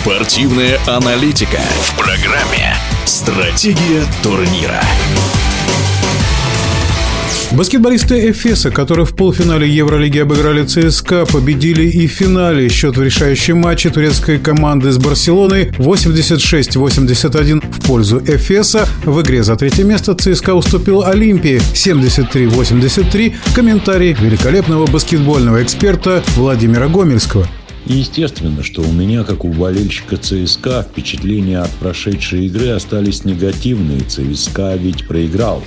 Спортивная аналитика в программе «Стратегия турнира». Баскетболисты Эфеса, которые в полуфинале Евролиги обыграли ЦСКА, победили и в финале. Счет в решающем матче турецкой команды с Барселоной 86-81 в пользу Эфеса. В игре за третье место ЦСКА уступил Олимпии 73-83. Комментарий великолепного баскетбольного эксперта Владимира Гомельского. Естественно, что у меня, как у болельщика ЦСКА, впечатления от прошедшей игры остались негативные. ЦСКА ведь проиграл.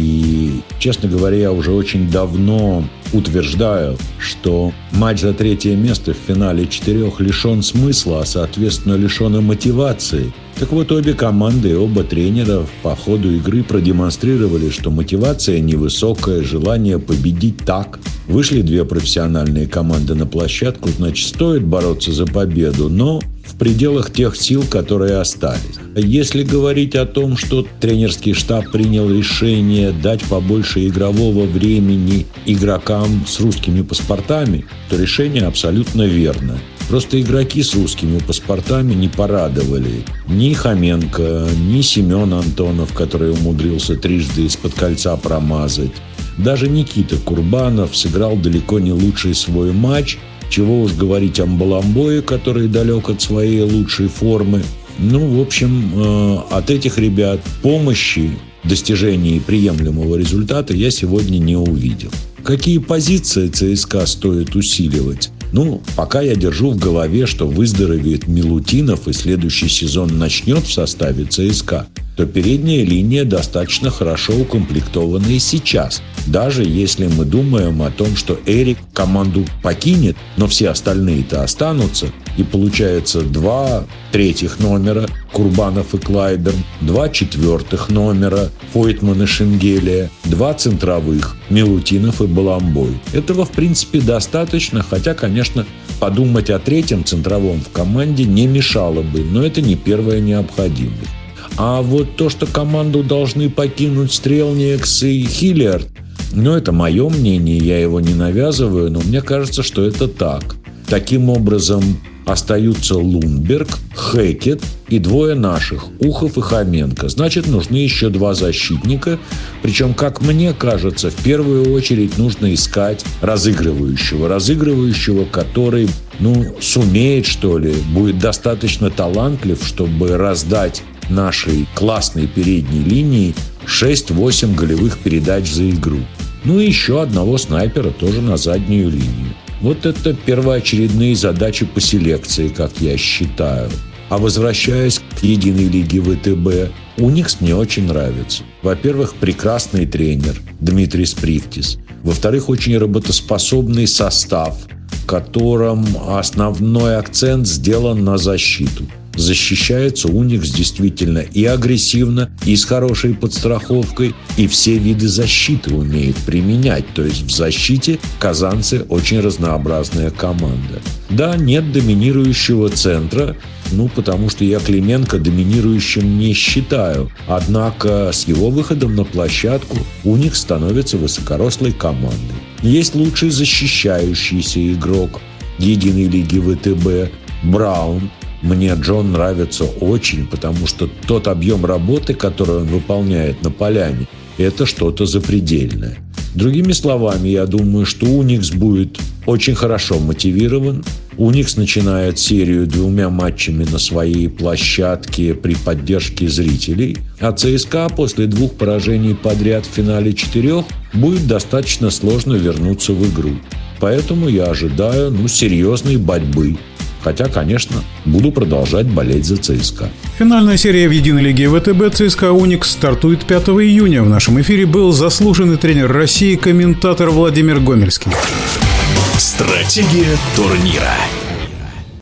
И, честно говоря, я уже очень давно утверждаю, что матч за третье место в финале 4 лишен смысла, а, соответственно, лишен и мотивации. Так вот, обе команды и оба тренера по ходу игры продемонстрировали, что мотивация невысокая, желание победить так. Вышли 2 профессиональные команды на площадку, значит, стоит бороться за победу, но в пределах тех сил, которые остались. Если говорить о том, что тренерский штаб принял решение дать побольше игрового времени игрокам с русскими паспортами, то решение абсолютно верно. Просто игроки с русскими паспортами не порадовали ни Хоменко, ни Семен Антонов, который умудрился трижды из-под кольца промазать. Даже Никита Курбанов сыграл далеко не лучший свой матч. Чего уж говорить о Мбаламбое, который далек от своей лучшей формы. В общем, от этих ребят помощи в достижении приемлемого результата я сегодня не увидел. Какие позиции ЦСКА стоит усиливать? Пока я держу в голове, что выздоровеет Милутинов и следующий сезон начнет в составе ЦСКА, то передняя линия достаточно хорошо укомплектована и сейчас. Даже если мы думаем о том, что Эрик команду покинет, но все остальные-то останутся, и получается 2 третьих номера Курбанов и Клайберн, 2 четвертых номера Фойтман и Шенгелия, 2 центровых Милутинов и Баламбой. Этого, в принципе, достаточно, хотя, конечно, подумать о третьем центровом в команде не мешало бы, но это не первая необходимость. А вот то, что команду должны покинуть Стрелникс и Хиллиард, это мое мнение, я его не навязываю, но мне кажется, что это так. Таким образом, остаются Лундберг, Хекет и 2 наших, Ухов и Хоменко. Значит, нужны еще 2 защитника. Причем, как мне кажется, в первую очередь нужно искать разыгрывающего, который, сумеет, что ли, будет достаточно талантлив, чтобы раздать нашей классной передней линии 6-8 голевых передач за игру. И еще одного снайпера тоже на заднюю линию. Вот это первоочередные задачи по селекции, как я считаю. А возвращаясь к единой лиге ВТБ, Уникс мне очень нравится. Во-первых, прекрасный тренер Дмитрий Сприктис. Во-вторых, очень работоспособный состав, в котором основной акцент сделан на защиту. Защищается Уникс действительно и агрессивно, и с хорошей подстраховкой, и все виды защиты умеет применять. То есть в защите казанцы очень разнообразная команда. Да, нет доминирующего центра, потому что я Клименко доминирующим не считаю. Однако с его выходом на площадку Уникс становится высокорослой командой. Есть лучший защищающийся игрок единой лиги ВТБ Браун. Мне Джон нравится очень, потому что тот объем работы, который он выполняет на поляне, это что-то запредельное. Другими словами, я думаю, что Уникс будет очень хорошо мотивирован. Уникс начинает серию 2 матчами на своей площадке при поддержке зрителей. А ЦСКА после 2 поражений подряд в финале 4 будет достаточно сложно вернуться в игру. Поэтому я ожидаю серьезной борьбы. Хотя, конечно, буду продолжать болеть за ЦСКА. Финальная серия в единой лиге ВТБ ЦСКА Уникс стартует 5 июня. В нашем эфире был заслуженный тренер России, комментатор Владимир Гомельский. Стратегия турнира.